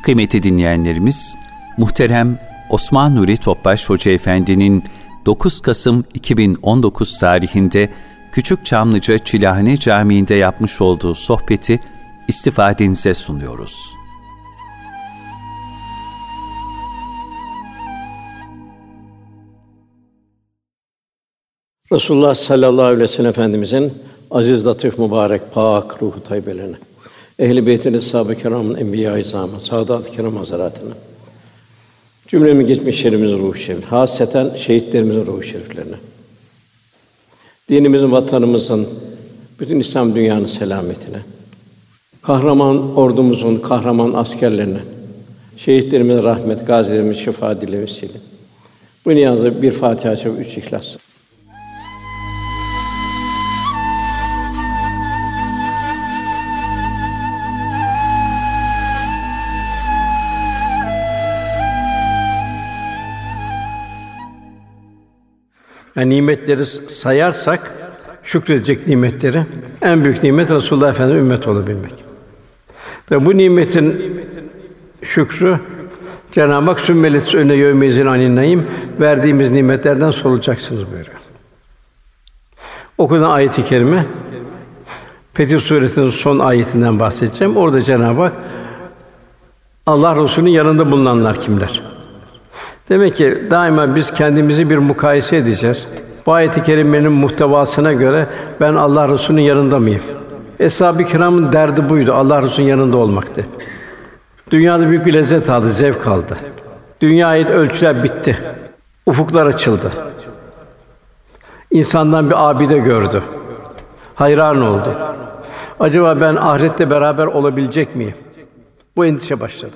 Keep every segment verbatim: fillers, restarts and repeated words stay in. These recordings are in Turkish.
Kıymetli dinleyenlerimiz, muhterem Osman Nuri Topbaş Hoca Efendi'nin dokuz Kasım iki bin on dokuz tarihinde Küçükçamlıca Çilahane Camii'nde yapmış olduğu sohbeti istifadenize sunuyoruz. Resulullah sallallahu aleyhi ve sellem Efendimizin aziz, latif, mübarek, pak ruhu tayyibelerine, ehl-i beytin, eshab-ı kiramın, enbiya-i izâmı, saadat-ı kiram hazaratına, cümlemiz geçmişlerimizin ruhu şerif, hasreten şehitlerimizin ruhu şeriflerine, dinimizin, vatanımızın, bütün İslam dünyanın selametine, kahraman ordumuzun kahraman askerlerine, şehitlerimize rahmet, gazilerimize şefaat dile vesile. Bu niyazı bir Fatiha çabuk, üç İhlas. Yani nimetleri sayarsak, şükredecek nimetleri, en büyük nimet Resulullah Efendimiz ümmet olabilmek. Tabi bu nimetin şükrü Cenab-ı Hak sümmelet önüne yevmeyizin anin verdiğimiz nimetlerden sorulacaksınız buyuruyor. Okunan ayet-i kerime Fetih Suresi'nin son ayetinden bahsedeceğim. Orada Cenab-ı Hak Allah Resulü'nün yanında bulunanlar kimler? Demek ki daima biz kendimizi bir mukayese edeceğiz. Bu ayet-i kerimenin muhtevasına göre ben Allah Resulü'nün yanında mıyım? Eshab-ı kiramın derdi buydu, Allah Resulü'nün yanında olmaktı. Dünyada büyük bir lezzet aldı, zevk aldı. Dünyaya ait ölçüler bitti. Ufuklar açıldı. İnsandan bir abide gördü. Hayran oldu. Acaba ben ahirette beraber olabilecek miyim? Bu endişe başladı.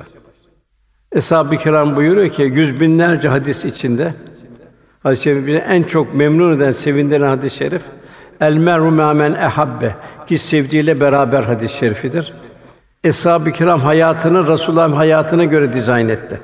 Eshab-ı kiram buyuruyor ki yüz binlerce hadis içinde hadis-i şerif bizi en çok memnun eden, sevindiren hadis-i şerif el meru men ehabbe ki sevdiğiyle beraber hadis-i şerifidir. Eshab-ı kiram hayatını Resulullah'ın hayatına göre dizayn etti.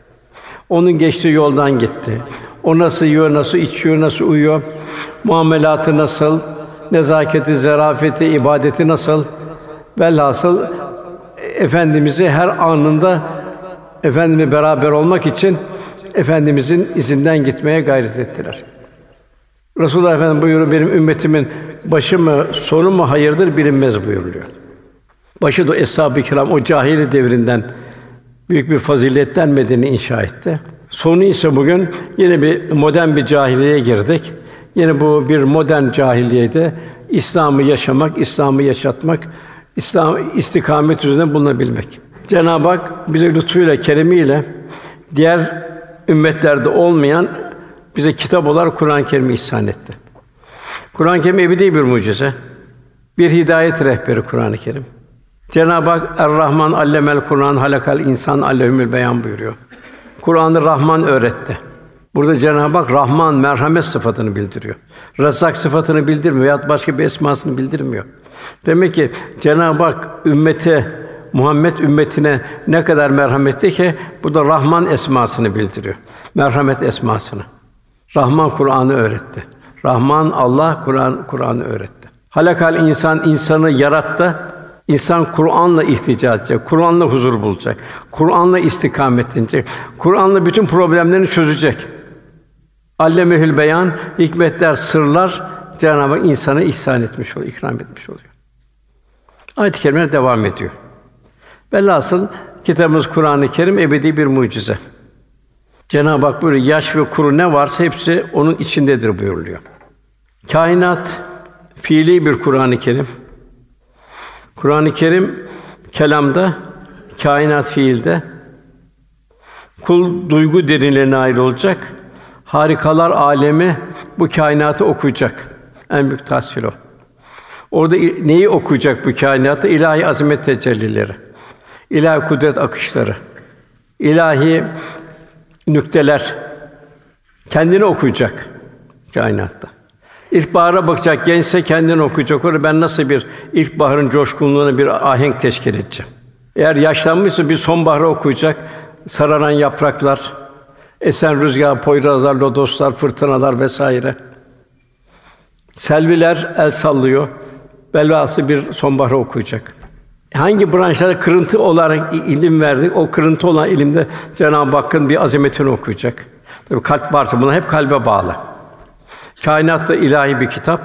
Onun geçtiği yoldan gitti. O nasıl yiyor, nasıl içiyor, nasıl uyuyor, muamelatı nasıl, nezaketi, zarafeti, ibadeti nasıl, velhasıl Efendimiz'i her anında Efendimizle beraber olmak için Efendimizin izinden gitmeye gayret ettiler. Resulullah Efendimiz buyuruyor, benim ümmetimin başı mı, sonu mu hayırdır bilinmez buyuruluyor. Başı da eshab-ı kiram o cahili devrinden büyük bir faziletten medeni inşa etti. Sonu ise bugün yine bir modern bir cahiliyeye girdik. Yine bu bir modern cahiliyede İslam'ı yaşamak, İslam'ı yaşatmak, İslam istikamet üzerine bulunabilmek. Cenab-ı Hak bize lütfuyla, keremiyle diğer ümmetlerde olmayan bize kitap olarak Kur'an-ı Kerim'i ihsan etti. Kur'an-ı Kerim ebedi bir mucize, bir hidayet rehberi Kur'an-ı Kerim. Cenab-ı Hak Er-Rahman allemel Kur'an halakal insan allehumül beyan buyuruyor. Kur'an'ı Rahman öğretti. Burada Cenab-ı Hak Rahman merhamet sıfatını bildiriyor. Rezzak sıfatını bildirmiyor veyahut başka bir esmasını bildirmiyor. Demek ki Cenab-ı Hak ümmete Muhammed ümmetine ne kadar merhametli ki bu da Rahman esmasını bildiriyor. Merhamet esmasını. Rahman Kur'an'ı öğretti. Rahman Allah Kur'an Kur'an'ı öğretti. Halakal insan insanı yarattı. İnsan Kur'an'la ihticac edecek, Kur'an'la huzur bulacak, Kur'an'la istikamet edecek, Kur'an'la bütün problemlerini çözecek. Allemehül beyan, hikmetler, sırlar Cenab-ı Hak insana ihsan etmiş oluyor, ikram etmiş oluyor. Ayet-i kerimeler devam ediyor. Velhasıl kitabımız Kur'an-ı Kerim ebedi bir mucize. Cenab-ı Hak buyuruyor, yaş ve kuru ne varsa hepsi onun içindedir buyuruluyor. Kainat fiili bir Kur'an-ı Kerim. Kur'an-ı Kerim kelamda, kainat fiilde. Kul duygu derinlerine ayrılacak. Harikalar alemi bu kainatı okuyacak. En büyük tahsil o. Orada neyi okuyacak bu kainatta? İlahi azamet tecellileri, ilahi kudret akışları, ilahi nükteler kendini okuyacak kainatta. İlkbahara bakacak, gençse kendini okuyacak. Orada ben nasıl bir ilkbaharın coşkunluğuna bir ahenk teşkil edeceğim. Eğer yaşlanmışsa bir sonbaharı okuyacak. Sararan yapraklar, esen rüzgar, poyrazlar, lodoslar, fırtınalar vesaire. Selviler el sallıyor. Velhâsıl bir sonbaharı okuyacak. Hangi branşlarda kırıntı olarak ilim verdik, o kırıntı olan ilimde Cenab-ı Hakk'ın bir azametini okuyacak. Tabii kalp varsa bunlar hep kalbe bağlı. Kainat da ilahi bir kitap.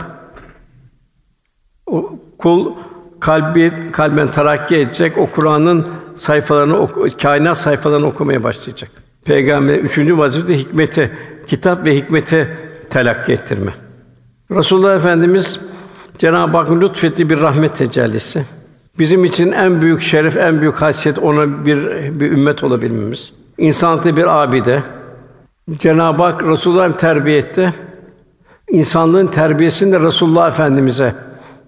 O kul kalbi kalben terakki edecek, o Kur'an'ın sayfalarını oku, kainat sayfalarını okumaya başlayacak. Peygamber üçüncü vazifesi hikmeti, kitap ve hikmeti telakki ettirme. Resulullah Efendimiz Cenab-ı Hakk'ın lütfettiği bir rahmet tecellisi. Bizim için en büyük şeref, en büyük hasiyet ona bir bir ümmet olabilmemiz. İnsanlıkta bir abide. Cenab-ı Hak Resulullah'ı terbiye etti. İnsanlığın terbiyesini de Resulullah Efendimize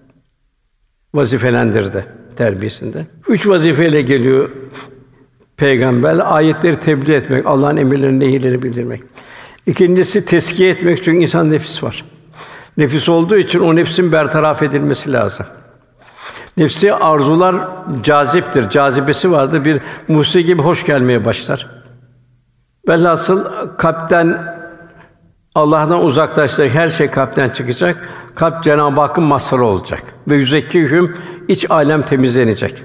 vazifelendirdi terbiyesinde. Üç vazifeyle geliyor peygamber: ayetleri tebliğ etmek, Allah'ın emirlerini, nehirlerini bildirmek. İkincisi teskiye etmek, çünkü insan nefis var. Nefis olduğu için o nefsin bertaraf edilmesi lazım. Nefsi arzular caziptir, cazibesi vardır. Bir musiki gibi hoş gelmeye başlar. Velhasıl kalpten, Allah'tan uzaklaşacak, her şey kalpten çıkacak. Kalp Cenab-ı Hakk'ın mazharı olacak ve yüzekkihüm, iç alem temizlenecek.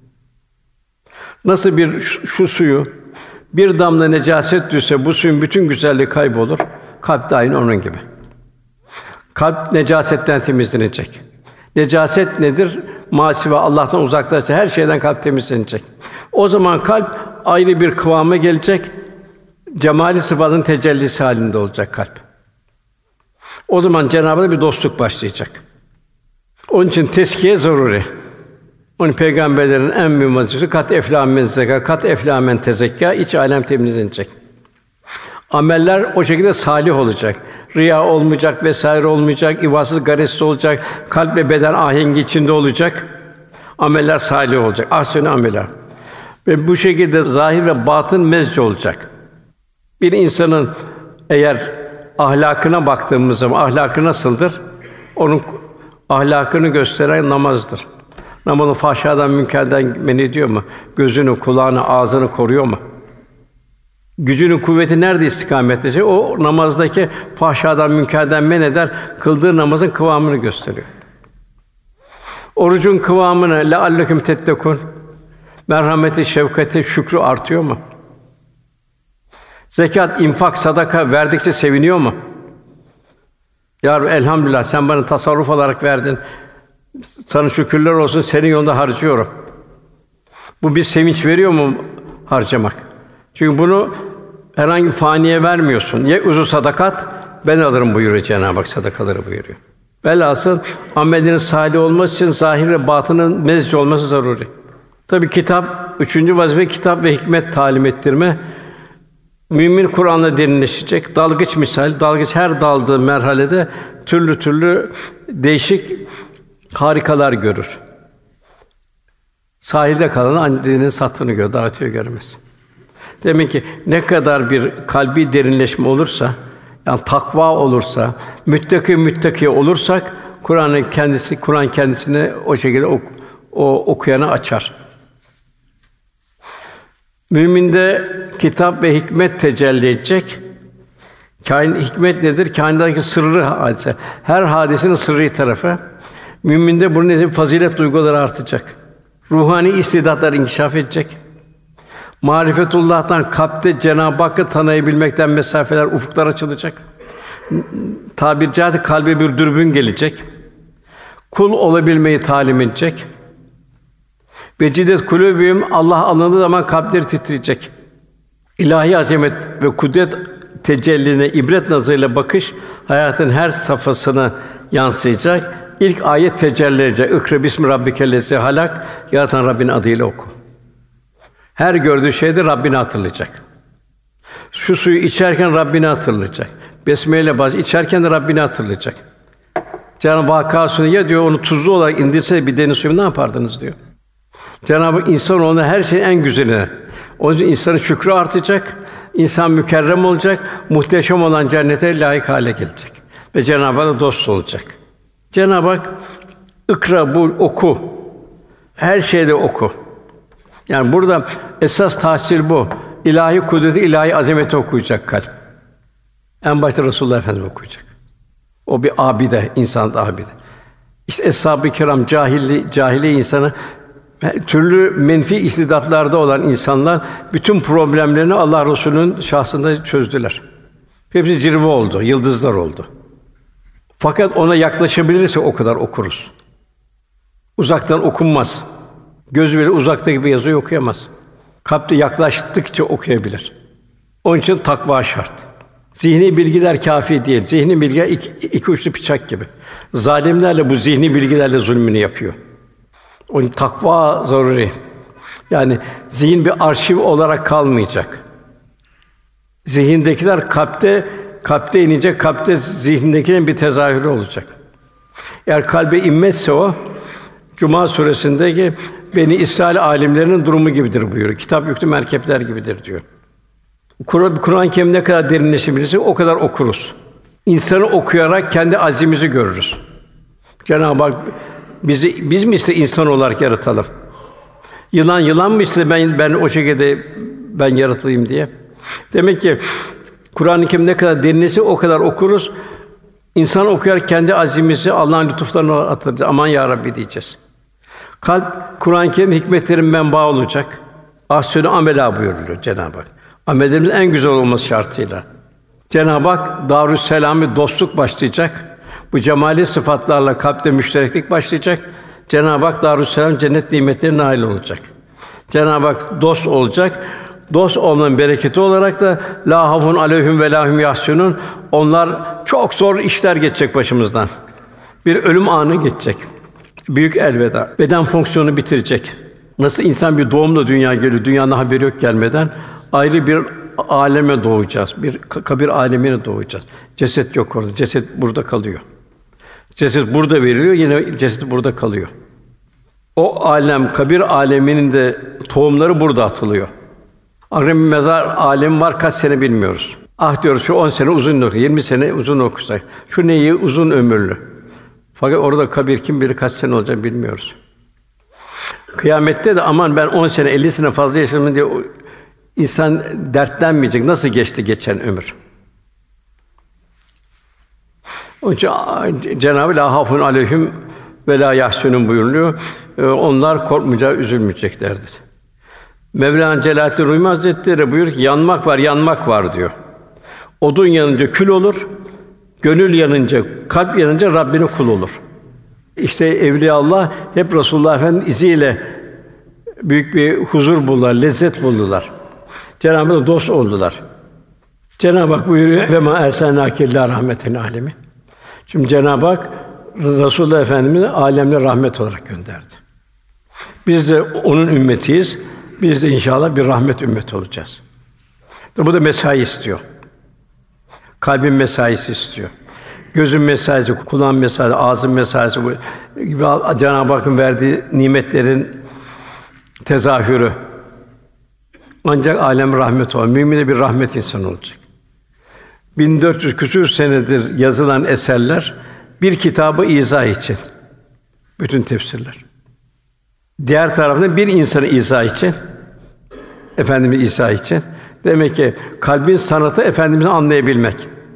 Nasıl bir şu, şu suyu bir damla necaset düşse bu suyun bütün güzelliği kaybolur. Kalp de aynı onun gibi. Kalp necasetten temizlenecek. Necaset nedir? Masi ve Allah'tan uzaklaşacak. Her şeyden kalp temizlenecek. O zaman kalp ayrı bir kıvama gelecek. Cemali sıfatın tecellisi halinde olacak kalp. O zaman Cenab-ı Hak'la bir dostluk başlayacak. Onun için teskiye zaruri. Onun peygamberlerin en büyük vazifesi kat eflâ men zekâ, kat eflâ men tezekâ, iç alem temizlenecek. Ameller o şekilde salih olacak. Riya olmayacak, vesaire olmayacak, ivasız garezsiz olacak, kalp ve beden ahengi içinde olacak. Ameller salih olacak. Ahsen-i ameller. Ve bu şekilde zahir ve batın mezc olacak. Bir insanın eğer ahlakına baktığımız zaman ahlakı nasıldır? Onun ahlakını gösteren namazdır. Namazın fahşadan, münkerden men ediyor mu? Gözünü, kulağını, ağzını koruyor mu? Gücünün kuvveti nerede istikamettedir? O namazdaki fahşadan, münkerden men eder, kıldığı namazın kıvamını gösteriyor. Orucun kıvamını lealleküm tettekûn, merhameti, şefkati, şükrü artıyor mu? Zekat, infak, sadaka verdikçe seviniyor mu? Ya Rabbi, elhamdülillah sen bana tasarruf olarak verdin. Sana şükürler olsun, senin yolunda harcıyorum. Bu bir sevinç veriyor mu harcamak? Çünkü bunu herhangi bir faniye vermiyorsun. Ye uzu sadakat, ben alırım buyuruyor Cenab-ı Hak, sadakaları buyuruyor. Velhasıl amellerin salih olması için zahir ve batının mezc olması zaruri. Tabii kitap, üçüncü vazife kitap ve hikmet talim ettirme. Mümin Kur'an'la derinleşecek. Dalgıç misal, dalgıç her daldığı merhalede türlü türlü değişik harikalar görür. Sahilde kalan annenin sattığını görür, daha öteye görmez. Demek ki ne kadar bir kalbi derinleşme olursa, yani takva olursa, müttaki müttaki olursak, Kur'an'ın kendisi, Kur'an kendisini o şekilde ok, o okuyana açar. Müminde kitap ve hikmet tecelli edecek. Kain hikmet nedir? Kainattaki sırrı hadise. Her hadisenin sırrı tarafı. Müminde bunun için fazilet duyguları artacak. Ruhani istidatlar inkişaf edecek. Marifetullah'tan kalpte Cenab-ı Hakk'ı tanıyabilmekten mesafeler, ufuklar açılacak. Tabir caizse kalbe bir dürbün gelecek. Kul olabilmeyi talim edecek. Vecidet kulûbühüm, Allah anıldığı zaman kalpleri titreyecek. İlahi azamet ve kudret tecelline ibret nazarıyla bakış hayatın her safhasına yansıyacak. İlk ayet tecelli edecek. İkra bismi rabbikellezî halak, yaratan Rabbin adıyla oku. Her gördüğü şeyde Rabbini hatırlayacak. Şu suyu içerken Rabbini hatırlayacak. Besmele baş içerken de Rabbini hatırlayacak. Cenab-ı Hak ya diyor onu tuzlu olarak indirse bir deniz suyu ne yapardınız diyor. Cenab-ı Hak insan ona her şeyin en güzeline. Onun için insanın şükrü artacak, insan mükerrem olacak, muhteşem olan cennete layık hale gelecek ve Cenab-ı Hak'la dost olacak. Cenab-ı Hak ikra bu oku. Her şeyde oku. Yani burada esas tahsil bu. İlahi kudreti, ilahi azameti okuyacak kalp. En başta Resulullah Efendimiz okuyacak. O bir abide, insan abide. İşte eshab-ı kiram cahilli cahili insanı Türlü menfi istidatlarda olan insanlar bütün problemlerini Allah Resulü'nün şahsında çözdüler. Hepsi zirve oldu, yıldızlar oldu. Fakat ona yaklaşabilirse o kadar okuruz. Uzaktan okunmaz. Göz bile uzaktaki bir yazıyı okuyamaz. Kalpte yaklaştıkça okuyabilir. Onun için takva şart. Zihni bilgiler kâfi değil. Zihni bilgiler iki, iki uçlu bıçak gibi. Zalimlerle bu zihni bilgilerle zulmünü yapıyor. Onun takva zaruri. Yani zihin bir arşiv olarak kalmayacak. Zihindekiler kalpte kalpte inecek, kalpte zihindekilerin bir tezahürü olacak. Eğer kalbe inmezse o, Cuma suresindeki Beni İsrail âlimlerinin durumu gibidir buyuruyor. Kitap yüklü merkepler gibidir diyor. Kur- Kur'an-ı Kerim ne kadar derinleşebilirse o kadar okuruz. İnsanı okuyarak kendi azmimizi görürüz. Cenab-ı Hak bizi biz mi iste insan olarak yaratalım? Yılan yılan mı iste ben ben o şekilde ben yaratılayım diye? Demek ki Kur'an-ı Kerim ne kadar derinleşse o kadar okuruz. İnsan okuyar kendi azmimizi Allah'ın lütuflarına hatırlayacağız. Aman ya Rabbi diyeceğiz. Kalp Kur'an-ı Kerim hikmetlerin menbaı olacak. Ahsânü amela buyuruluyor Cenab-ı Hak. Amellerimizin en güzel olması şartıyla. Cenab-ı Hak Darüsselam'ı dostluk başlayacak. Bu cemali sıfatlarla kalpte müştereklik başlayacak. Cenab-ı Hak Darüsselam cennet nimetlerine nail olacak. Cenab-ı Hak dost olacak. Dost olmanın bereketi olarak da la havfun aleyhim ve la hum yahzunun. Onlar çok zor işler geçecek başımızdan. Bir ölüm anı geçecek. Büyük elveda. Beden fonksiyonu bitirecek. Nasıl insan bir doğumla dünyaya geliyor, dünyanın haberi yok gelmeden ayrı bir aleme doğacağız. Bir kabir alemine doğacağız. Ceset yok orada. Ceset burada kalıyor. Ceset burada veriliyor, yine ceset burada kalıyor. O alem, kabir aleminin de tohumları burada atılıyor. Arada bir mezar alemi var, kaç sene bilmiyoruz. Ah diyoruz şu on sene uzun okusak, yirmi sene uzun okusak. Şu neyi uzun ömürlü. Fakat orada kabir kim bilir kaç sene olacak bilmiyoruz. Kıyamette de aman ben on sene, elli sene fazla yaşadım diye insan dertlenmeyecek. Nasıl geçti geçen ömür? Onun için Cenab-ı La hafun aleyhim ve la yahsunun buyuruluyor. Onlar korkmayacağı, üzülmeyeceklerdir. Mevlana Celaleddin Rumi Hazretleri buyuruyor ki yanmak var, yanmak var diyor. Odun yanınca kül olur, gönül yanınca, kalp yanınca Rabbine kul olur. İşte evliyaullah hep Resulullah Efendimiz iziyle büyük bir huzur buldular, lezzet buldular. Cenab-ı Hak dost oldular. Cenab-ı Hak buyuruyor ve ma erselnâke illâ rahmeten âlemin. Şimdi Cenab-ı Hak Resulullah Efendimiz'i âlemlere rahmet olarak gönderdi. Biz de onun ümmetiyiz. Biz de inşallah bir rahmet ümmeti olacağız. Bu da mesai istiyor. Kalbin mesaisi istiyor. Gözün mesaisi, kulağın mesaisi, ağzın mesaisi, bu Cenab-ı Hakk'ın verdiği nimetlerin tezahürü. Ancak alem rahmet olur. Mümin de bir rahmet insanı olacak. bin dört yüz küsur senedir yazılan eserler bir kitabı izah için. Bütün tefsirler. Diğer taraftan bir insanı izah için, Efendimiz izah için. Demek ki kalbin sanatı Efendimiz'i anlayabilmek.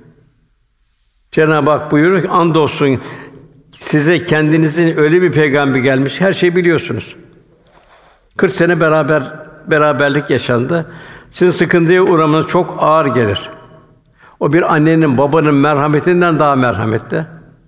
Cenab-ı Hak buyuruyor ki andolsun size kendinizin öyle bir peygamber gelmiş, her şeyi biliyorsunuz. kırk sene beraber beraberlik yaşandı. Sizin sıkıntıya uğramanız çok ağır gelir. O bir annenin, babanın merhametinden daha merhametli.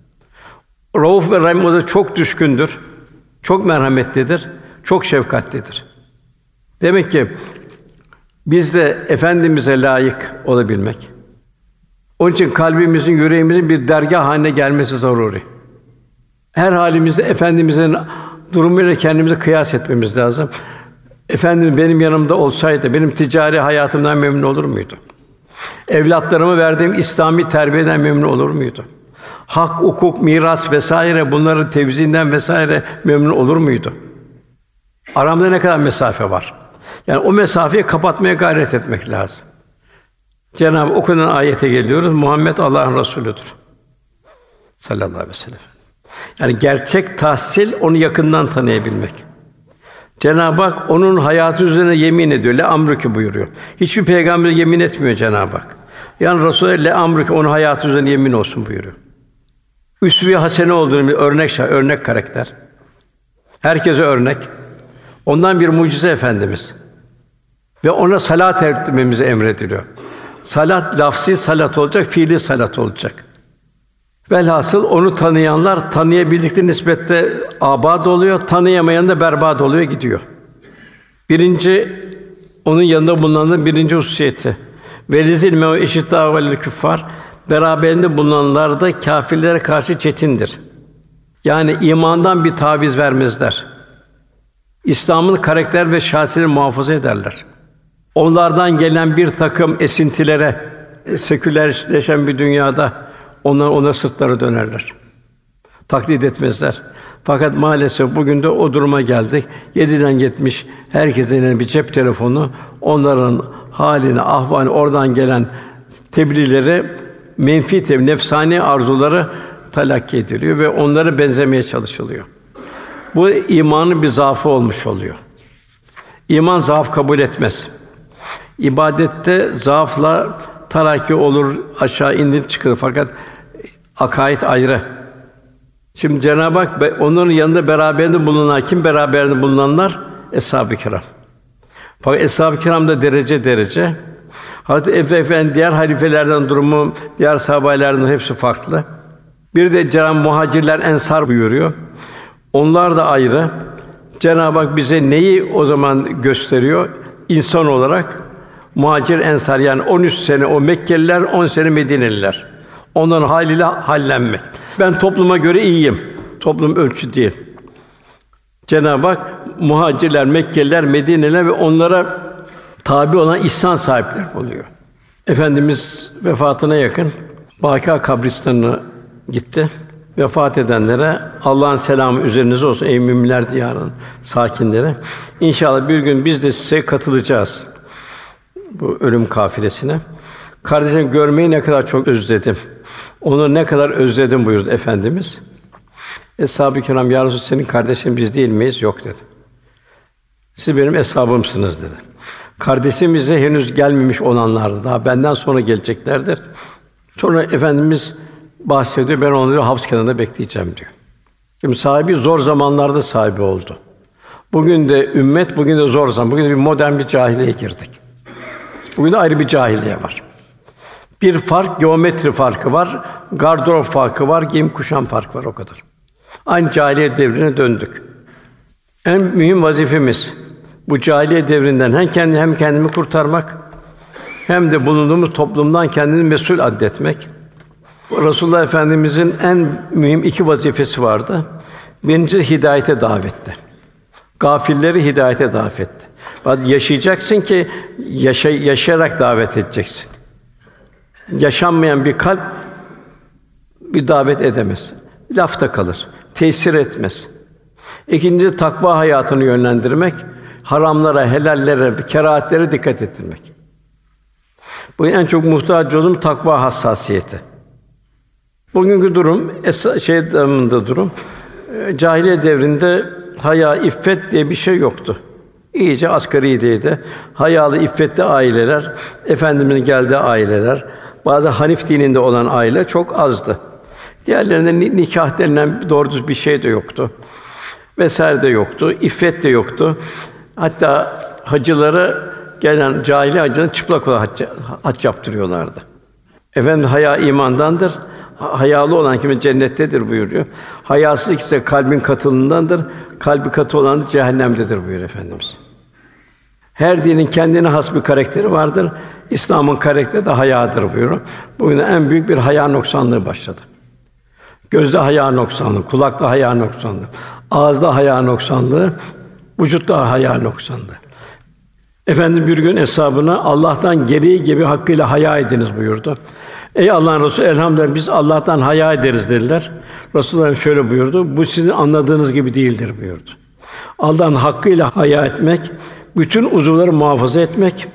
Rauf ve Rahim o da çok düşkündür. Çok merhametlidir, çok şefkatlidir. Demek ki biz de Efendimiz'e layık olabilmek. Onun için kalbimizin, yüreğimizin bir dergâh haline gelmesi zaruri. Her halimizde Efendimiz'in durumuyla kendimizi kıyas etmemiz lazım. Efendimiz benim yanımda olsaydı, benim ticari hayatımdan memnun olur muydu? Evlatlarıma verdiğim İslami terbiyeden memnun olur muydu? Hak, hukuk, miras vesaire bunların tevziinden vesaire memnun olur muydu? Aramda ne kadar mesafe var? Yani o mesafeyi kapatmaya gayret etmek lazım. Cenab-ı Hak okunan ayete geliyoruz. Muhammed Allah'ın Resulüdür. Sallallahu aleyhi ve sellem. Yani gerçek tahsil onu yakından tanıyabilmek. Cenab-ı Hak onun hayatı üzerine yemin ediyor. Le amruke buyuruyor. Hiçbir peygamber yemin etmiyor Cenab-ı Hak. Yani Resulullah le amruke onun hayatı üzerine yemin olsun buyuruyor. Üsve-i hasene olduğunu bir örnek şah, örnek karakter. Herkese örnek. Ondan bir mucize Efendimiz. Ve ona salat etmemizi emrediliyor. Salat lafzî salat olacak, fiili salat olacak. Velhasıl onu tanıyanlar tanıyabildikleri nispette âbâd oluyor, tanıyamayan da berbat oluyor, gidiyor. Birinci, onun yanında bulunanların birinci hususiyeti. Velizil mevâ eşittâ vel küffâr, beraberinde bulunanlar da kâfirlere karşı çetindir. Yani imandan bir taviz vermezler. İslam'ın karakter ve şahsiyetini muhafaza ederler. Onlardan gelen bir takım esintilere, sekülerleşen bir dünyada onlar ona sırtları dönerler. Taklit etmezler. Fakat maalesef bugün de o duruma geldik. Yediden yetmiş herkesin elinde bir cep telefonu, onların halini, ahvalini, oradan gelen tebliğleri, menfi tebliğ, nefsani arzuları telakki ediliyor ve onlara benzemeye çalışılıyor. Bu imanın bir zaafı olmuş oluyor. İman zaaf kabul etmez. İbadette zaafla terakki olur, aşağı indir çıkar, fakat akaid ayrı. Şimdi Cenab-ı Hak onların yanında beraberinde bulunan, kim beraberinde bulunanlar? Eshab-ı Kiram. Fakat Eshab-ı Kiram da derece derece. Hazreti Ebu Efendi diğer halifelerden durumu, diğer sahabelerden hepsi farklı. Bir de Cenab-ı Muhacirler, Ensar buyuruyor. Onlar da ayrı. Cenab-ı Hak bize neyi o zaman gösteriyor? İnsan olarak Muhacir, Ensar, yani on üç sene o Mekkeliler, on sene Medineliler. Onların haliyle hallenmek. Ben topluma göre iyiyim. Toplum ölçü değil. Cenab-ı Hak Muhacirler, Mekkeliler, Medineliler ve onlara tabi olan ihsan sahipleri oluyor. Efendimiz vefatına yakın Bâkî kabristanına gitti. Vefat edenlere Allah'ın selamı üzerinize olsun ey müminler diyarının sakinleri. İnşallah bir gün biz de size katılacağız bu ölüm kafilesine. Kardeşim, görmeyi ne kadar çok özledim. Onu ne kadar özledim buyurdu Efendimiz. Eshab-ı Kiram, ya Resulallah, senin kardeşin biz değil miyiz? Yok dedi. Siz benim eshabımsınız dedi. Kardeşimize henüz gelmemiş olanlardı. Daha benden sonra geleceklerdir. Sonra Efendimiz bahsediyor. Ben onları havz kenarında bekleyeceğim diyor. Şimdi sahibi zor zamanlarda sahibi oldu. Bugün de ümmet, bugün de zor zaman. Bugün de bir modern bir cahiliye girdik. Bugün de ayrı bir cahiliye var. Bir fark, geometri farkı var, gardırop farkı var, giyim kuşam farkı var, o kadar. Aynı cahiliye devrine döndük. En mühim vazifemiz bu cahiliye devrinden hem kendi hem kendimi kurtarmak, hem de bulunduğumuz toplumdan kendini mesul addetmek. Resulullah Efendimizin en mühim iki vazifesi vardı. Birincisi hidayete davetti. Gafilleri hidayete davet etti. Yaşayacaksın ki yaşa, yaşayarak davet edeceksin. Yaşanmayan bir kalp bir davet edemez. Lafta kalır, tesir etmez. İkincisi takva hayatını yönlendirmek, haramlara, helallere, kerâhetlere dikkat ettirmek. Bu en çok muhtaç olduğum takva hassasiyeti. Bugünkü durum, es- şey durumunda durum, cahiliye devrinde haya, iffet diye bir şey yoktu. İyice asgariydi. Hayalı, iffetli aileler, Efendimiz'in geldiği aileler, bazı Hanif dininde olan aile çok azdı. Diğerlerinde nikâh denilen doğru düz bir şey de yoktu. Vesaire de yoktu, iffet de yoktu. Hatta hacıları gelen cahiliye hacıların çıplak olarak hac, hac yaptırıyorlardı. Efendim haya imandandır. Hayalı olan kimin cennettedir buyuruyor. Hayasız ise kalbin katılığındandır. Kalbi katı olan da cehennemdedir buyuruyor Efendimiz. Her dinin kendine has bir karakteri vardır. İslam'ın karakteri de hayadır buyuruyor. Bugün en büyük bir haya noksanlığı başladı. Gözde haya noksanlığı, kulakta haya noksanlığı, ağızda haya noksanlığı, vücutta haya noksanlığı. Efendim bir gün eshabına Allah'tan gereği gibi hakkıyla haya ediniz buyurdu. Ey Allah'ın Resulü, elhamdülillah biz Allah'tan haya ederiz dediler. Resulullah şöyle buyurdu: bu sizin anladığınız gibi değildir buyurdu. Allah'ın hakkıyla haya etmek, bütün uzuvları muhafaza etmek,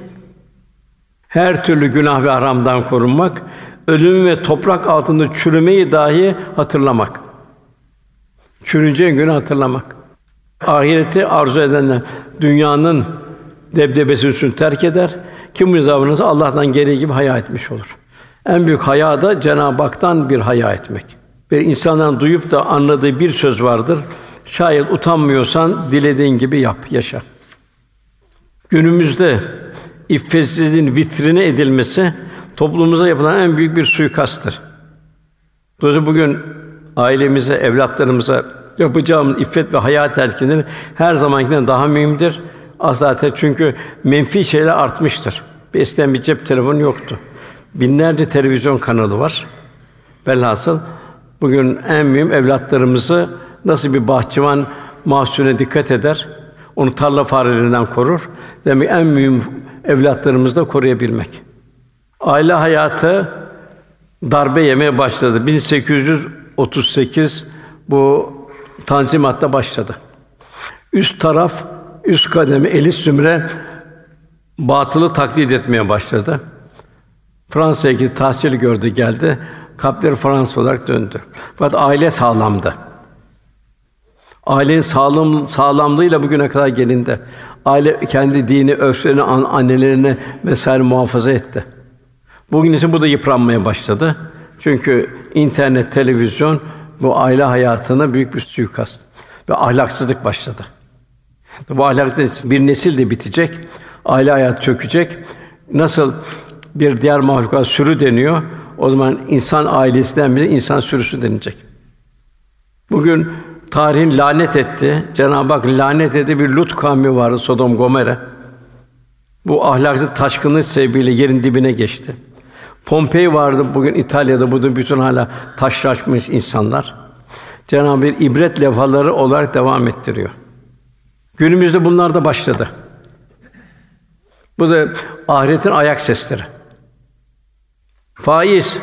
her türlü günah ve haramdan korunmak, ölüm ve toprak altında çürümeyi dahi hatırlamak. Çürüneceğin günü hatırlamak. Ahireti arzu edenler dünyanın debdebesini terk eder. Kim bu davranırsa Allah'tan gereği gibi haya etmiş olur. En büyük haya da Cenab-ı Hak'tan bir haya etmek. Ve insanların duyup da anladığı bir söz vardır. Şayet utanmıyorsan dilediğin gibi yap, yaşa. Günümüzde iffetsizliğin vitrine edilmesi toplumumuza yapılan en büyük bir suikasttır. Dolayısıyla bugün ailemize, evlatlarımıza yapacağımız iffet ve hayat telkinleri her zamankinden daha mühimdir. Zaten çünkü menfi şeyler artmıştır. Eskiden bir cep telefonu yoktu. Binlerce televizyon kanalı var. Velhasıl bugün en mühim evlatlarımızı nasıl bir bahçıvan mahsulüne dikkat eder, onu tarla farelerinden korur. Demek en mühim evlatlarımızı da koruyabilmek. Aile hayatı darbe yemeye başladı. bin sekiz yüz otuz sekiz bu Tanzimat'ta başladı. Üst taraf, üst kademe, elit zümre batılı taklit etmeye başladı. Fransa'ya gitti, tahsil gördü, geldi. Kalpleri Fransız olarak döndü. Fakat aile sağlamdı. Ailenin sağlam sağlamlığıyla bugüne kadar gelindi. Aile kendi dini, örflerini, an, annelerini vesaire muhafaza etti. Bugün ise bu da yıpranmaya başladı. Çünkü internet, televizyon bu aile hayatına büyük bir suikast ve ahlaksızlık başladı. Bu ahlaksızlık bir nesil de bitecek, aile hayatı çökecek. Nasıl bir diğer mahlukat sürü deniyor, o zaman insan ailesinden biri insan sürüsü denilecek. Bugün tarihin lanet etti, Cenab-ı Hak lanet etti bir Lut kavmi vardı, Sodom Gomorre. Bu ahlaksız taşkınlık sebebiyle yerin dibine geçti. Pompei vardı bugün İtalya'da, bugün bütün hala taşlaşmış insanlar. Cenab-ı Hak bir ibret levhaları olarak devam ettiriyor. Günümüzde bunlar da başladı. Bu da ahiretin ayak sesleri. Faiz,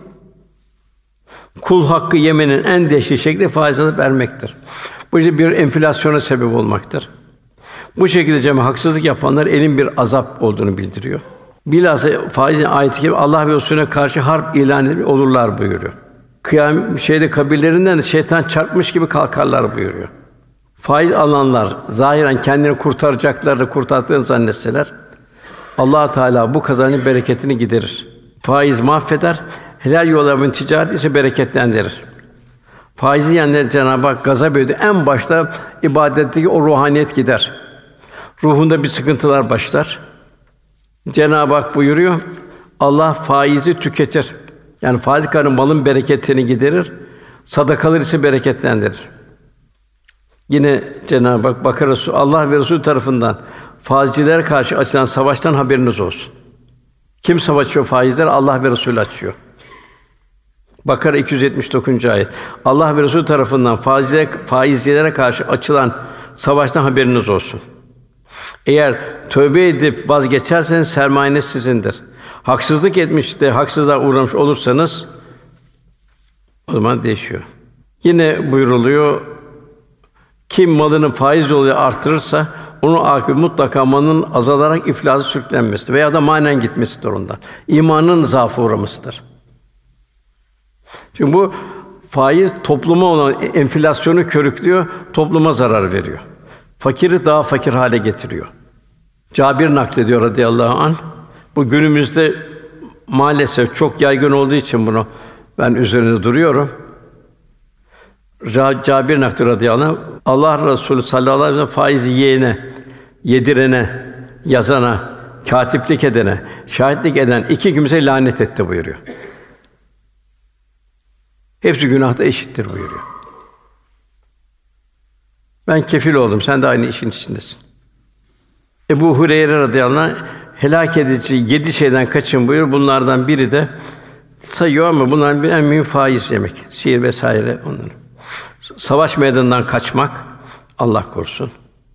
kul hakkı yemenin en dehşetli şekli faiz alıp vermektir. Bu işte bir enflasyona sebep olmaktır. Bu şekilde cem haksızlık yapanlar elin bir azap olduğunu bildiriyor. Bilhassa faizin ayet-i kerime Allah ve Resulüne karşı harp ilan edip olurlar buyuruyor. Kıyam şeyde kabirlerinden de şeytan çarpmış gibi kalkarlar buyuruyor. Faiz alanlar zahiren kendini kurtaracaklarını, kurtardıklarını zannetseler Allah Teala bu kazancın bereketini giderir. Faiz mahveder, helal yolların ticaret ise bereketlendirir. Faiz yiyenler Cenab-ı Hak gazap ediyor. En başta ibadetteki o ruhaniyet gider. Ruhunda bir sıkıntılar başlar. Cenab-ı Hak buyuruyor, Allah faizi tüketir. Yani faiz karın malın bereketini giderir, sadakalar ise bereketlendirir. Yine Cenab-ı Hak Bakara Suresi Allah ve Resulü tarafından faizcilere karşı açılan savaştan haberiniz olsun. Kim savaşıyor faizler? Allah ve Resulü açıyor. Bakara iki yüz yetmiş dokuzuncu ayet. Allah ve Resulü tarafından faizcilere, faizcilere karşı açılan savaştan haberiniz olsun. Eğer tövbe edip vazgeçerseniz sermayeniz sizindir. Haksızlık etmiş de haksızlığa uğramış olursanız o zaman değişiyor. Yine buyruluyor, kim malını faiz yoluyla artırırsa onun akıbeti mutlaka malının azalarak iflasa sürüklenmesi veya da manen gitmesidir ondan. İmanın zaafı uğramasıdır. Çünkü bu faiz topluma olan enflasyonu körüklüyor, topluma zarar veriyor. Fakiri daha fakir hale getiriyor. Cabir naklediyor radıyallahu anh. Bu günümüzde maalesef çok yaygın olduğu için bunu ben üzerinde duruyorum. Cabir naklediyor radıyallahu anh. Allah Resulü sallallahu aleyhi ve sellem faizi yiyene, yedirene, yazana, katiplik edene, şahitlik eden iki kimseye lanet etti buyuruyor. Hepsi günahta eşittir buyuruyor. Ben kefil oldum, sen de aynı işin içindesin. Ebu Hureyre radıyallahu anh, helak edici yedi şeyden kaçın buyuruyor. Bunlardan biri de sayıyor ama bunların en mühim faiz yemek, sihir vesaire onların. Savaş meydanından kaçmak, Allah korusun.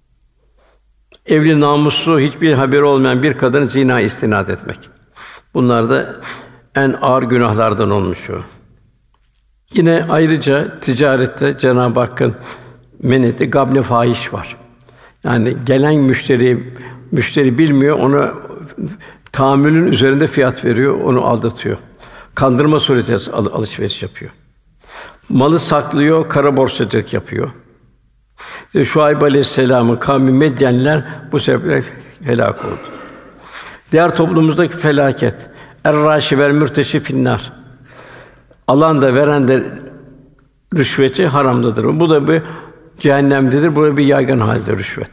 Evli namuslu, hiçbir haberi olmayan bir kadının zina istinad etmek. Bunlar da en ağır günahlardan olmuş o. Yine ayrıca ticarette Cenab-ı Hakk'ın men ettiği gabn-ı fahiş var. Yani gelen müşteri müşteri bilmiyor, ona tahammülün üzerinde fiyat veriyor, onu aldatıyor. Kandırma suretiyle alışveriş yapıyor. Malı saklıyor, kara borsacılık yapıyor. İşte Şuayb Aleyhisselam'ın kavmi Medyenler bu sebeple helak oldu. Diğer toplumumuzdaki felaket, er-râşi vel mürteşi finnâr. Alan da veren de rüşveti haramdadır. Bu da bir cehennemdedir. Bu bir yaygın halde rüşvet.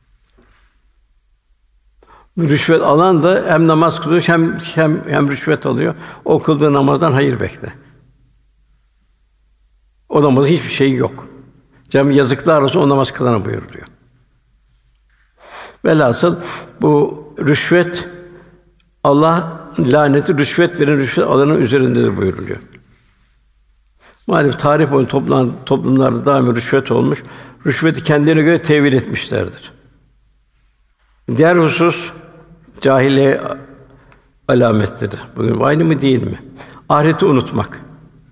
Bu rüşvet alan da hem namaz kılıyor hem hem hem rüşvet alıyor. O kıldığı namazdan hayır bekle. O namazın hiçbir şeyi yok. Cenab-ı yazıklar olsun o namaz kılana buyuruluyor. Velhasıl bu rüşvet, Allah laneti rüşvet veren rüşvet alanın üzerindedir buyuruluyor. Maalesef tarih boyunca toplanan toplumlarda daimi rüşvet olmuş. Rüşveti kendilerine göre tevil etmişlerdir. Diğer husus cahiliye alametleri. Bugün aynı mı değil mi? Ahireti unutmak.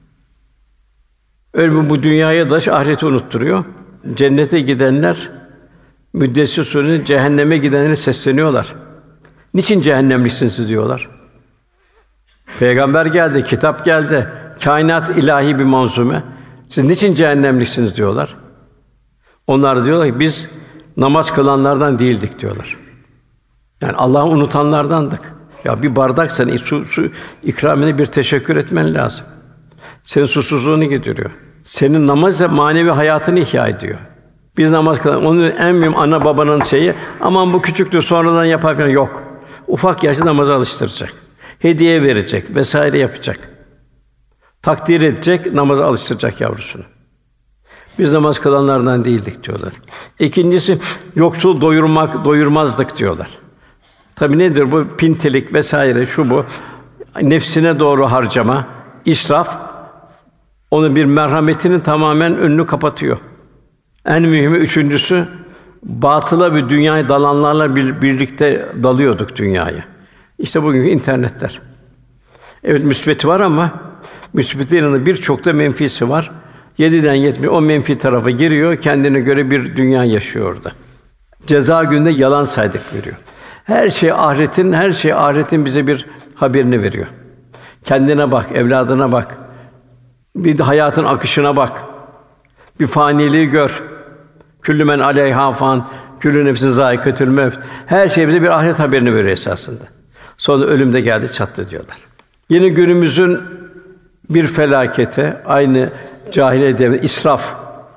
Ölüm bu dünyaya daş ahireti unutturuyor. Cennete gidenler Müddessir Sûresi'nde cehenneme gidenlere sesleniyorlar. Niçin cehennemliksiniz diyorlar. Peygamber geldi, kitap geldi. Kainat ilahi bir manzume. Siz niçin cehennemliksiniz diyorlar. Onlar diyorlar ki biz namaz kılanlardan değildik diyorlar. Yani Allah'ı unutanlardandık. Ya bir bardak sen su, su ikramına bir teşekkür etmen lazım. Senin susuzluğunu gideriyor. Senin namaz manevi hayatını ihya ediyor. Biz namaz kılan, onun en mühim ana babanın şeyi, aman bu küçüktür sonradan yapar falan yok. Ufak yaşta namaza alıştıracak. Hediye verecek vesaire yapacak. Takdir edecek, namaza alıştıracak yavrusunu. Biz namaz kılanlardan değildik diyorlar. İkincisi yoksul doyurmak, doyurmazdık diyorlar. Tabii nedir bu? Pintilik vesaire şu bu. Nefsine doğru harcama, israf onun bir merhametinin tamamen önünü kapatıyor. En mühimi üçüncüsü batıla ve dünyaya dalanlarla birlikte dalıyorduk dünyaya. İşte bugünkü internetler. Evet müsbeti var ama müsbetin yanında birçok da menfisi var. Yediden yetmiş o menfi tarafa giriyor, kendine göre bir dünya yaşıyor orada. Ceza gününde yalan saydık veriyor. Her şey ahiretin, her şey ahiretin bize bir haberini veriyor. Kendine bak, evladına bak. Bir de hayatın akışına bak. Bir faniliği gör. Küllü men aleyhâ fan, küllü nefsin zâiketül mevt. Her şey bize bir ahiret haberini veriyor esasında. Sonra ölüm de geldi çattı diyorlar. Yine günümüzün bir felakete aynı cahiliye devrinde israf.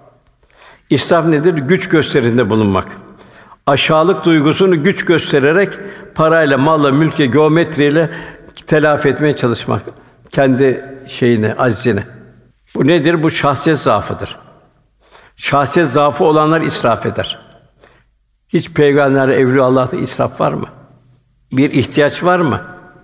İsraf nedir? Güç gösterisinde bulunmak. Aşağılık duygusunu güç göstererek parayla, malla, mülkle, geometriyle telafi etmeye çalışmak. Kendi şeyini, aczini. Bu nedir? Bu şahsiyet zaafıdır. Şahsiyet zaafı olanlar israf eder. Hiç peygamber, evliya Allah'ta israf var mı? Bir ihtiyaç var mı?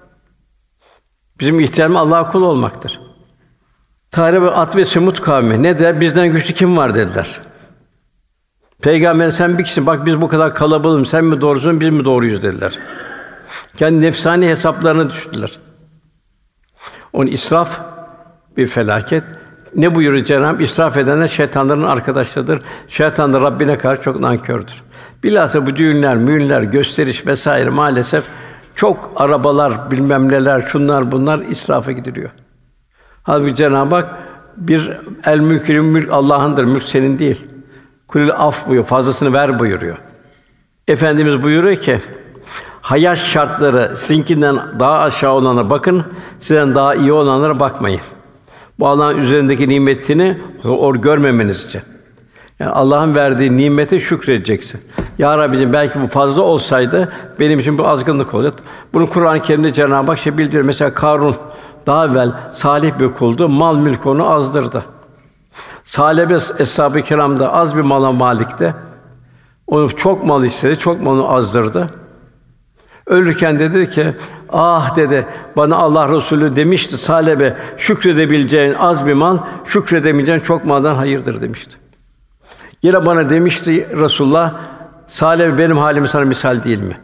Bizim ihtiyacımız Allah'a kul olmaktır. Tarih ve Ad ve Semud kavmi ne der? Bizden güçlü kim var dediler. Peygamber sen bir kişisin. Bak biz bu kadar kalabalığız. Sen mi doğrusun, biz mi doğruyuz dediler. Kendi nefsani hesaplarına düştüler. Onun israf bir felaket. Ne buyuruyor Cenab-ı İsraf edenler şeytanların arkadaşlarıdır. Şeytan da Rabbine karşı çok nankördür. Bilhassa bu düğünler, müğünler, gösteriş vesaire maalesef çok arabalar, bilmem neler, şunlar bunlar israfa gidiliyor. Halbuki Cenab-ı Hak bir el mülkü mülk Allah'ındır, mülk senin değil. Kulül af buyuruyor, fazlasını ver buyuruyor. Efendimiz buyuruyor ki hayat şartları sizinkinden daha aşağı olanlara bakın, sizden daha iyi olanlara bakmayın. Bu Allah'ın üzerindeki nimetini or görmemeniz için. Yani Allah'ın verdiği nimete şükredeceksin. Ya Rabbim belki bu fazla olsaydı benim için bu azgınlık olacak. Bunu Kur'an-ı Kerim'de Cenab-ı Hak şey bildiriyor. Mesela Karun daha evvel salih bir kuldu, mal mülk onu azdırdı. Salebe eshab-ı kiram da az bir mala malikti. Onu çok mal istedi, çok malını azdırdı. Ölürken dedi ki, ah dedi, bana Allah Resulü demişti, Salebe şükredebileceğin az bir mal, şükredemeyeceğin çok maldan hayırdır demişti. Yine bana demişti Resulullah, Salebe benim halim sana misal değil mi?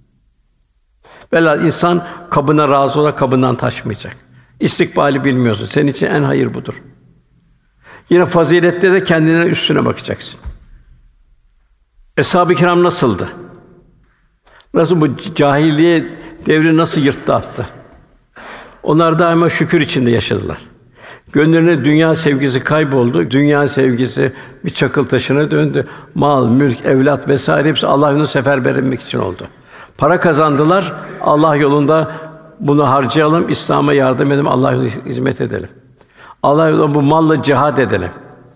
Velhâsıl insan kabına razı olarak kabından taşmayacak. İstikbali bilmiyorsun. Senin için en hayır budur. Yine fazilette de kendine üstüne bakacaksın. Eshab-ı kiram nasıldı? Nasıl bu cahiliye devri nasıl yırttı attı? Onlar daima şükür içinde yaşadılar. Gönllerine dünya sevgisi kayboldu. Dünya sevgisi bir çakıl taşına döndü. Mal, mülk, evlat vesaire hepsi Allah yolunda seferber etmek için oldu. Para kazandılar. Allah yolunda bunu harcayalım, İslam'a yardım edelim, Allah yolunda hizmet edelim. Allah yolunda bu malla cihad edelim.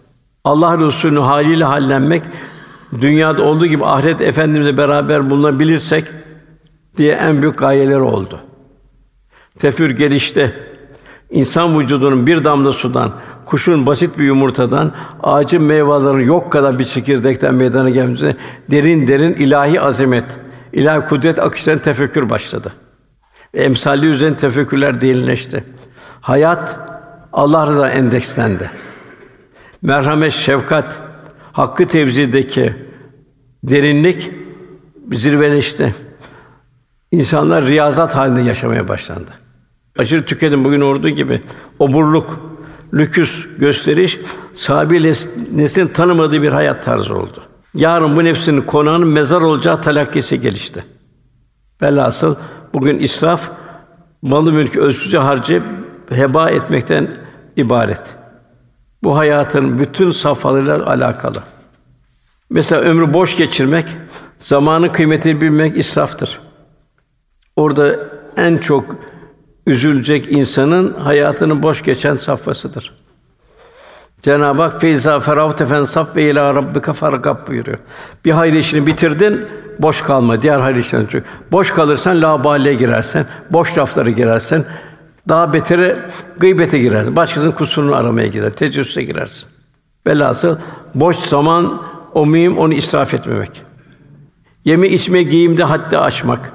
Allah Resulü'nün haliyle hallenmek, dünyada olduğu gibi ahiret Efendimizle beraber bulunabilirsek diye en büyük gayeleri oldu. Tefür gelişte insan vücudunun bir damla sudan, kuşun basit bir yumurtadan, ağacın meyvelerin yok kadar bir çekirdekten meydana gelmesine derin derin ilahi azamet, ilahi kudret akışlarının tefekkür başladı. Emsali üzerine tefekkürler derinleşti. Hayat Allah rızasına endekslendi. Merhamet, şefkat, hakkı tevzideki derinlik zirveleşti. İnsanlar riyazat halinde yaşamaya başlandı. Aşırı tüketim bugün olduğu gibi oburluk, lüküs, gösteriş sahibi neslin tanımadığı bir hayat tarzı oldu. Yarın bu nefsin konağının mezar olacağı talakkisi gelişti. Velhasıl bugün israf, malı mülkü ölçüsüzce harcayıp heba etmekten ibaret. Bu hayatın bütün safhalarıyla alakalı. Mesela ömrü boş geçirmek, zamanın kıymetini bilmek israftır. Orada en çok üzülecek insanın hayatının boş geçen safhasıdır. Cenab-ı Hak feyza feravte fensab ve ila rabbike fargab buyuruyor. Bir hayır işini bitirdin, boş kalma diğer hayır işlerine. Çünkü boş kalırsan laubaliye girersin, boş laflara girersin, daha beteri gıybete girersin, başkasının kusurunu aramaya girer, tecessüse girersin. Velhasıl boş zaman o mühim, onu israf etmemek. Yeme içme giyimde haddi aşmak.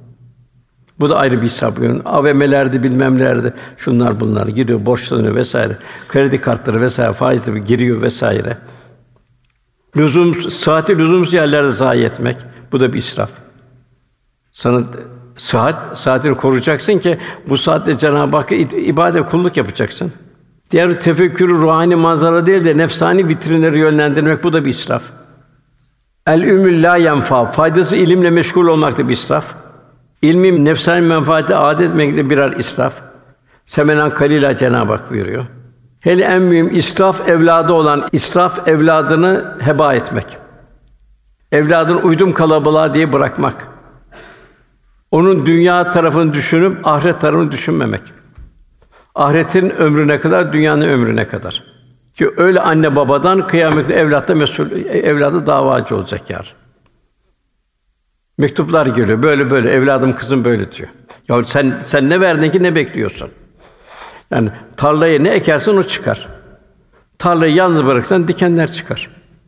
Bu da ayrı bir hesap. A V M'lerde bilmem nelerde şunlar bunlar giriyor, borçlanıyor vesaire. Kredi kartları vesaire faizle giriyor vesaire. Lüzum saati lüzumsuz yerlerde zayi etmek. Bu da bir israf. Sana saat saatini koruyacaksın ki bu saatte Cenab-ı Hakk'a ibadet kulluk yapacaksın. Diğer tefekkürü ruhani manzara değil de nefsani vitrinleri yönlendirmek, bu da bir israf. El ümül la yenfa, faydası ilimle meşgul olmak da bir israf. İlmin nefsani menfaati adet etmekle birer israf. Semenen kalila Cenab-ı Hak buyuruyor. Hele en mühim israf evladı olan israf evladını heba etmek. Evladını uydum kalabalığa diye bırakmak. Onun dünya tarafını düşünüp ahiret tarafını düşünmemek. Ahiretin ömrüne kadar, dünyanın ömrüne kadar. Ki öyle anne babadan kıyamette evlatta mesul, evladı davacı olacak yar. Mektuplar geliyor. Böyle böyle evladım kızım böyle diyor. Ya sen sen ne verdin ki ne bekliyorsun? Yani tarlaya ne ekersen o çıkar. Tarlayı yalnız bırakırsan dikenler çıkar.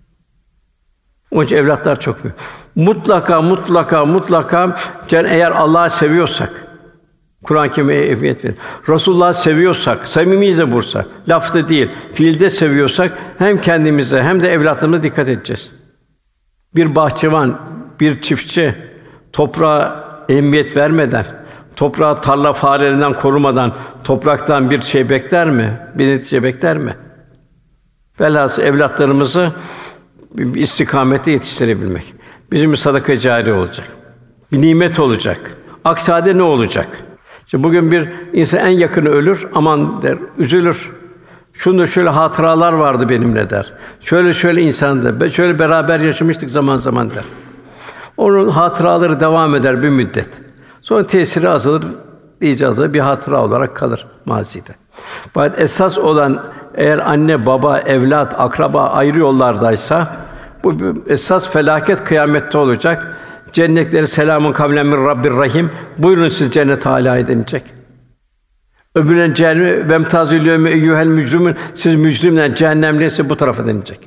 Onun için evlatlar çok büyük. Mutlaka mutlaka mutlaka eğer Allah'ı seviyorsak, Kur'an-ı Kerim'e ehemmiyet verir. Resulullah'ı seviyorsak, samimiyiz de bursa, lafta değil, fiilde seviyorsak hem kendimize hem de evlatlarımıza dikkat edeceğiz. Bir bahçıvan, bir çiftçi toprağa ehemmiyet vermeden, toprağı tarla farelerinden korumadan topraktan bir şey bekler mi? Bir netice bekler mi? Velhâsıl evlatlarımızı bir istikamete yetiştirebilmek. Bizim bir sadaka-i câriye olacak. Bir nimet olacak. Aksi halde ne olacak? İşte bugün bir insan en yakını ölür, aman der, üzülür. Şunda şöyle hatıralar vardı benimle der. Şöyle şöyle insandı, şöyle beraber yaşamıştık zaman zaman der. Onun hatıraları devam eder bir müddet. Sonra tesiri azalır, iyice azalır, bir hatıra olarak kalır mazide. Fakat esas olan eğer anne, baba, evlat, akraba ayrı yollardaysa bu esas felaket kıyamette olacak. Cennetleri selamun kavlen min Rabbir Rahim. Buyurun siz cennet âlâ denilecek. Öbürüne cehenneme ve emtazül yevme eyyuhel mücrimûn. Siz mücrimler cehennemliyse bu tarafa denilecek.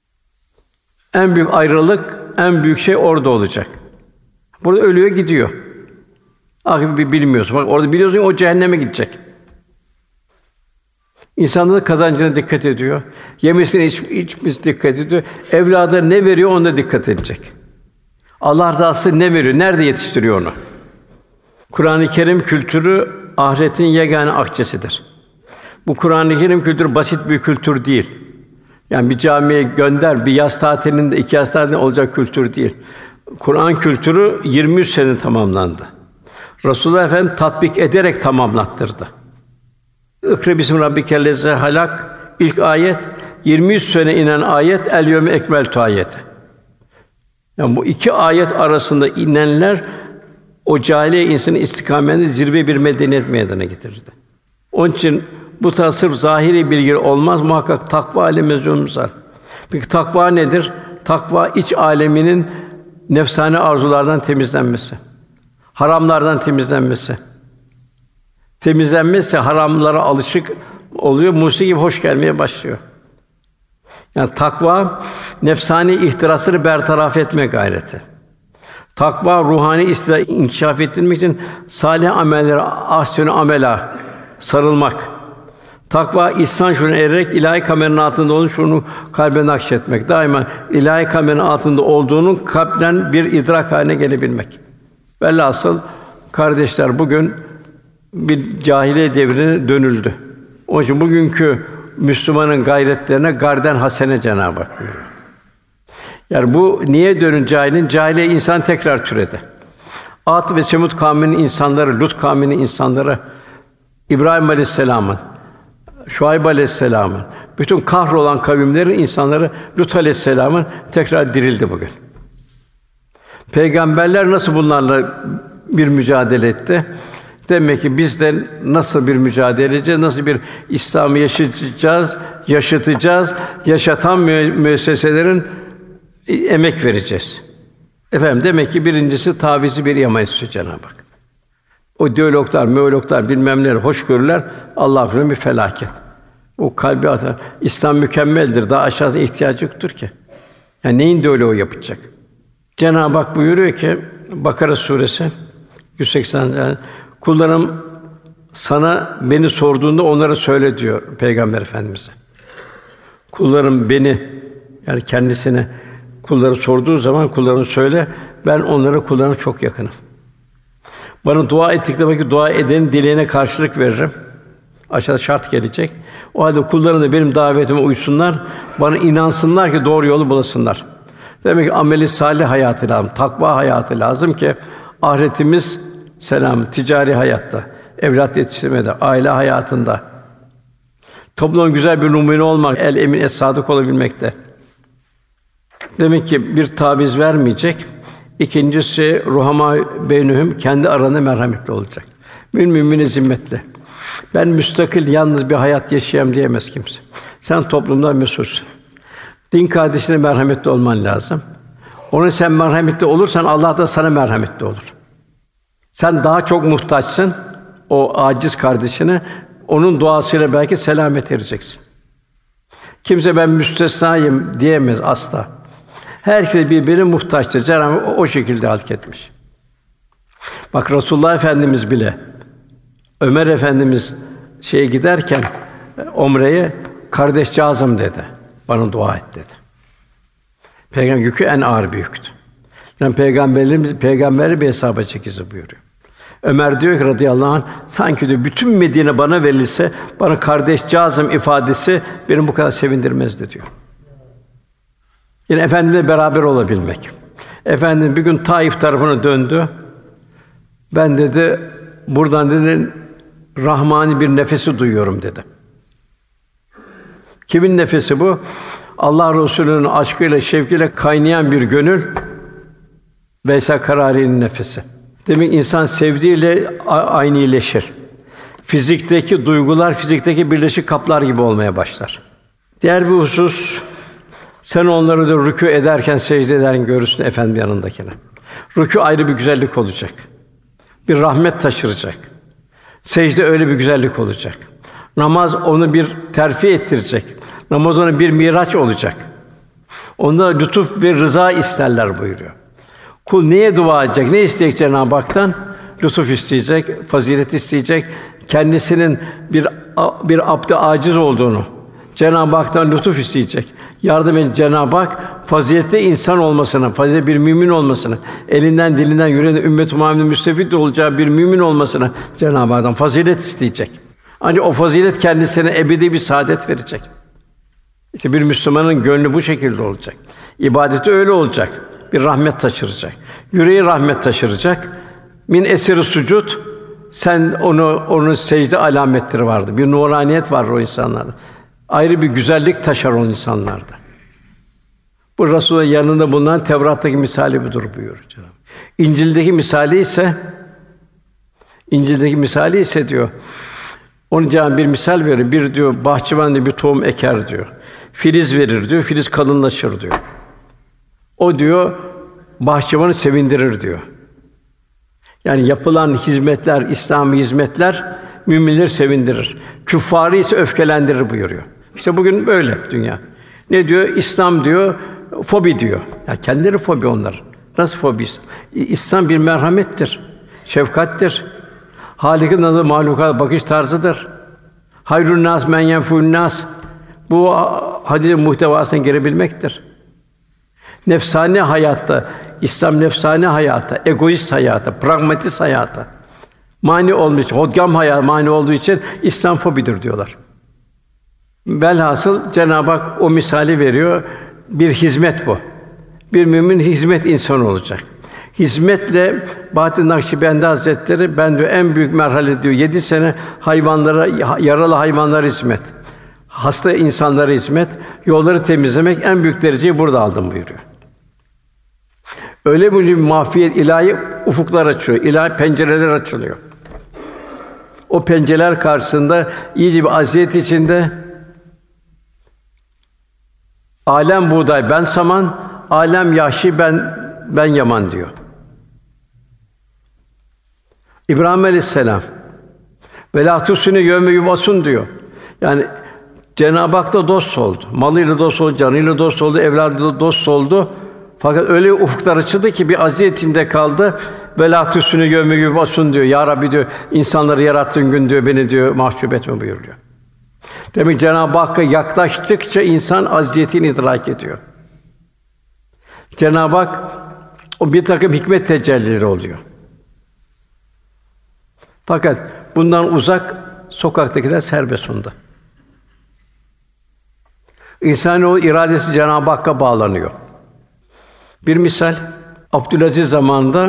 En büyük ayrılık, en büyük şey orada olacak. Burada ölüyor gidiyor. Akıbeti bilmiyorsun. Bak orada biliyorsun o cehenneme gidecek. İnsanların kazancına dikkat ediyor. Yemesine iç, içmesine dikkat ediyor. Evlada ne veriyor ona dikkat edecek. Allah rızası ne veriyor? Nerede yetiştiriyor onu? Kur'an-ı Kerim kültürü ahiretin yegane akçesidir. Bu Kur'an-ı Kerim kültürü basit bir kültür değil. Yani bir camiye gönder, bir yaz tatilinde, iki yaz tatilinde olacak kültür değil. Kur'an kültürü yirmi üç sene tamamlandı. Resulullah Efendimiz tatbik ederek tamamlattırdı. İkra bismi rabbikellezî halak ilk ayet yirmi üç sene inen ayet el yevme ekmeltu ayeti. Yani bu iki ayet arasında inenler o cahiliye insanı istikametinde zirve bir medeniyet meydana getirdi. Onun için bu tarz sırf zahiri bilgi olmaz, muhakkak takva ile mezunumuz var. Peki takva nedir? Takva iç aleminin nefsani arzulardan temizlenmesi, haramlardan temizlenmesi. Temizlenmesi haramlara alışık oluyor, musiki gibi hoş gelmeye başlıyor. Yani takva nefsani ihtirasları bertaraf etme gayreti. Takva ruhani istidadı inkişaf ettirmek için salih amellere, ahsen-i amela sarılmak. Takva ihsan şuuruna ererek ilahi kameranın altında olduğunu şunu kalbe nakşetmek. Daima ilahi kameranın altında olduğunun kalpten bir idrak haline gelebilmek. Velhasıl kardeşler bugün bir cahiliye devrine dönüldü. Onun için bugünkü Müslümanın gayretlerine garden hasene Cenab-ı Hak buyuruyor. Yani bu niye dönün cahilin? Cahiliye insan tekrar türedi. Ad ve Semud kavminin insanları, Lut kavminin insanları, İbrahim Aleyhisselam'ın, Şuayb Aleyhisselam'ın, bütün kahrolan kavimlerin insanları Lut Aleyhisselam'ın tekrar dirildi bugün. Peygamberler nasıl bunlarla bir mücadele etti? Demek ki biz de nasıl bir mücadele edeceğiz, nasıl bir İslam'ı yaşatacağız, yaşatacağız, yaşatan müesseselerin emek vereceğiz. Efendim demek ki birincisi tavizi bir yamayız Cenab-ı Hak. O diyaloglar, meologlar, bilmem neler, hoşgörüler Allah'ın bir felaket. O kalbi atar. İslam mükemmeldir. Daha aşağısı ihtiyacı yoktur ki. Yani neyin diyaloğu yapacak? Cenab-ı Hak buyuruyor ki Bakara suresi yüz seksen kullarım sana beni sorduğunda onlara söyle diyor Peygamber Efendimize. Kullarım beni yani kendisine kulları sorduğu zaman kullarına söyle ben onlara kullarına çok yakınım. Bana dua ettikleri vakit dua edenin dileğine karşılık veririm. Aşağıda şart gelecek. O halde kullarım da benim davetime uysunlar, bana inansınlar ki doğru yolu bulasınlar. Demek ki ameli salih hayatı lazım, takva hayatı lazım ki ahiretimiz selam, ticari hayatta, evlat yetiştirmede, aile hayatında, toplumun güzel bir numune olmak, el emin es sadık olabilmekte. Demek ki bir taviz vermeyecek. İkincisi ruhama beynühüm kendi aralarında merhametli olacak. Mümin mümine zimmetli. Ben müstakil yalnız bir hayat yaşayayım diyemez kimse. Sen toplumdan mesulsün. Din kardeşine merhametli olman lazım. Ona sen merhametli olursan Allah da sana merhametli olur. Sen daha çok muhtaçsın o aciz kardeşine. Onun duasıyla belki selamet ereceksin. Kimse ben müstesnayım diyemez asla. Herkes birbirine muhtaçtır. Cenab-ı Hak o şekilde halk etmiş. Bak Resulullah Efendimiz bile Ömer Efendimiz şeye giderken umreye kardeşcağızım dedi. Bana dua et dedi. Peygamber yükü en ağır bir yüktü. Yani peygamberlerimiz peygamberi bir hesaba çekilse buyuruyor. Ömer diyor ki radıyallahu anh sanki diyor bütün Medine bana verilse bana kardeşcağızım ifadesi beni bu kadar sevindirmezdi diyor. Yine Efendimizle beraber olabilmek. Efendim bir gün Taif tarafına döndü. Ben dedi buradan dedi rahmani bir nefesi duyuyorum dedi. Kimin nefesi bu? Allah Resulü'nün aşkıyla, şevkiyle kaynayan bir gönül. Veysel Karari'nin nefesi. Demek insan sevdiğiyle aynileşir. Fizikteki duygular fizikteki birleşik kaplar gibi olmaya başlar. Diğer bir husus sen onları da rükû ederken secde ederken görürsün efendim yanındakine. Rükû ayrı bir güzellik olacak. Bir rahmet taşıracak. Secde öyle bir güzellik olacak. Namaz onu bir terfi ettirecek. Namaz ona bir miraç olacak. Onda lütuf ve rıza isterler buyuruyor. Kul neye dua edecek, ne isteyecek Cenab-ı Hak'tan? Lütuf isteyecek, fazilet isteyecek, kendisinin bir bir abd-ı aciz olduğunu Cenab-ı Hak'tan lütuf isteyecek. Yardım et Cenab-ı Hak faziletli insan olmasını, faziletli bir mümin olmasını, elinden dilinden yüreğinden ümmet-i Muhammed'in müstefid olacağı bir mümin olmasını Cenab-ı Hak'tan fazilet isteyecek. Ancak o fazilet kendisine ebedi bir saadet verecek. İşte bir Müslümanın gönlü bu şekilde olacak. İbadeti öyle olacak. Bir rahmet taşıracak. Yüreği rahmet taşıracak. Min eseri sucud sen onu onun secde alametleri vardı. Bir nuraniyet var o insanlarda. Ayrı bir güzellik taşar o insanlarda. Bu Resul'ün yanında bulunan Tevrat'taki misali budur buyuruyor Cenab-ı Hak. İncil'deki misali ise İncil'deki misali ise diyor. Onun Cenab-ı bir misal veriyor. Bir diyor bahçıvan diyor bir tohum eker diyor. filiz verir diyor, filiz kalınlaşır diyor. O diyor, bahçıvanı sevindirir diyor. Yani yapılan hizmetler, İslami hizmetler müminleri sevindirir. Küffarı ise öfkelendirir buyuruyor. İşte bugün böyle dünya. Ne diyor? İslam diyor, fobi diyor. Ya kendileri fobi onlar. Nasıl fobi? İslam bir merhamettir, şefkattir. Halik'in nazarı mahlukat bakış tarzıdır. Hayrun nas men yenfûn nas. Bu hadisin muhtevasını girebilmektir. Nefsane hayatta, İslam nefsane hayata, egoist hayata, pragmatist hayata mani olmuş, hodgam hayat mani olduğu için İslam fobidir diyorlar. Velhasıl Cenab-ı Hak o misali veriyor. Bir hizmet bu. Bir mümin hizmet insanı olacak. Hizmetle Bahattin Nakşibendi Hazretleri ben diyor en büyük merhale diyor yedi sene hayvanlara, yaralı hayvanlara hizmet, hasta insanlara hizmet, yolları temizlemek en büyük dereceyi burada aldım buyuruyor. Öyle bir mahfiyet ilahi ufuklar açıyor, ilahi pencereler açılıyor. O pencereler karşısında iyice bir aziyet içinde alem buğday ben saman, alem yahşi ben ben yaman diyor. İbrahim Aleyhisselam velâ tusûne yevme yub'asûn diyor. Yani Cenab-ı Hak'la dost oldu. Malıyla dost oldu, canıyla dost oldu, evladıyla dost oldu. Fakat öyle ufuklar açıldı ki bir aziyet içinde kaldı. Velâ tusûne yevme yub'asûn diyor. Ya Rabbi diyor, insanları yarattığın gün diyor beni diyor mahcup etme buyuruyor. Demek Cenab-ı Hakk'a yaklaştıkça insan aziyetini idrak ediyor. Cenab-ı Hak o bir takım hikmet tecellileri oluyor. Fakat bundan uzak sokaktakiler serbest onda. İnsanoğlu iradesi Cenab-ı Hakk'a bağlanıyor. Bir misal, Abdülaziz zamanında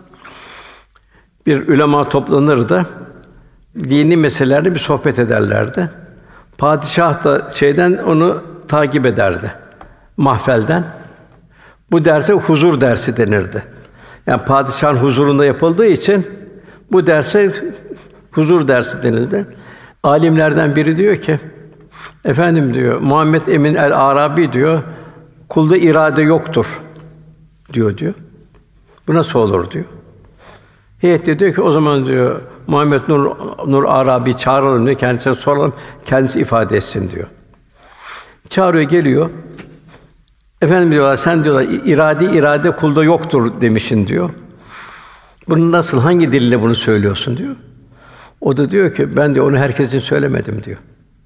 bir ulema toplanırdı. Dini meselelerde bir sohbet ederlerdi. Padişah da şeyden onu takip ederdi. Mahfelden. Bu derse huzur dersi denirdi. Yani padişahın huzurunda yapıldığı için bu derse huzur dersi denildi. Alimlerden biri diyor ki, efendim diyor, Muhammed Emin el-Arabi diyor, kulda irade yoktur diyor diyor. Bu nasıl olur diyor. Heyet de diyor ki o zaman diyor Muhammed Nur Nur Arabi çağıralım diyor, kendisine soralım, kendisi ifade etsin diyor. Çağırıyor, geliyor. Efendim diyorlar, sen diyorlar irade irade kulda yoktur demişsin diyor. Bunu nasıl, hangi dille bunu söylüyorsun diyor. O da diyor ki ben diyor onu herkesin söylemedim diyor.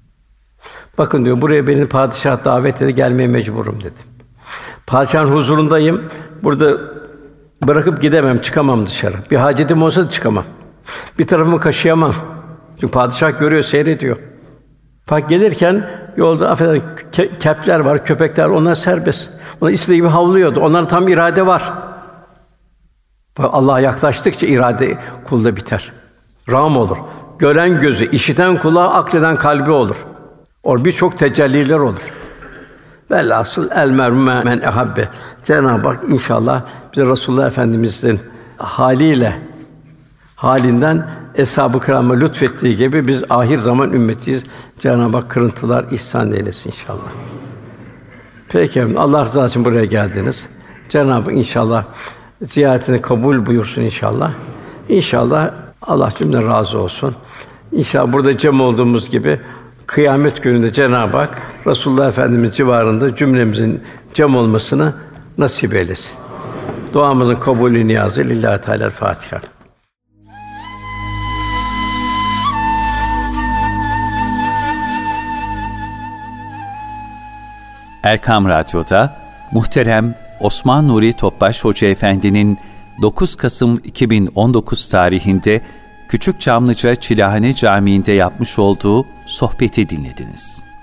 Bakın diyor buraya beni padişah davet etti, gelmeye mecburum dedi. Padişahın huzurundayım. Burada bırakıp gidemem, çıkamam dışarı. Bir hacetim olsa da çıkamam. Bir tarafımı kaşıyamam. Çünkü padişah görüyor, seyrediyor. Fakat gelirken yolda affedersin ke- kepler var, köpekler, onlar serbest. Onlar istediği gibi havlıyordu. Onların tam irade var. Allah'a yaklaştıkça irade kulda biter. Ram olur. Gören gözü, işiten kulağı, akleden kalbi olur. Or birçok tecelliler olur. Velhasıl el mer'u men ehabbe. Cenab-ı Hak inşallah bize Resulullah Efendimiz'in haliyle halinden eshab-ı kirâma lütfettiği gibi biz ahir zaman ümmetiyiz. Cenab-ı Hak kırıntılar ihsan eylesin inşallah. Peki Allah rızası için buraya geldiniz. Cenab-ı Hak inşallah ziyaretini kabul buyursun inşallah. İnşallah Allah cümle razı olsun. İnşallah burada cem olduğumuz gibi kıyamet gününde Cenab-ı Hak Resulullah Efendimiz civarında cümlemizin cem olmasını nasip eylesin. Duamızın kabulü niyazı lillahi teâlâ Fatiha. Erkam Radyo'da muhterem Osman Nuri Topbaş Hoca Efendi'nin dokuz Kasım iki bin on dokuz tarihinde Küçükçamlıca Çilahane Camii'nde yapmış olduğu sohbeti dinlediniz.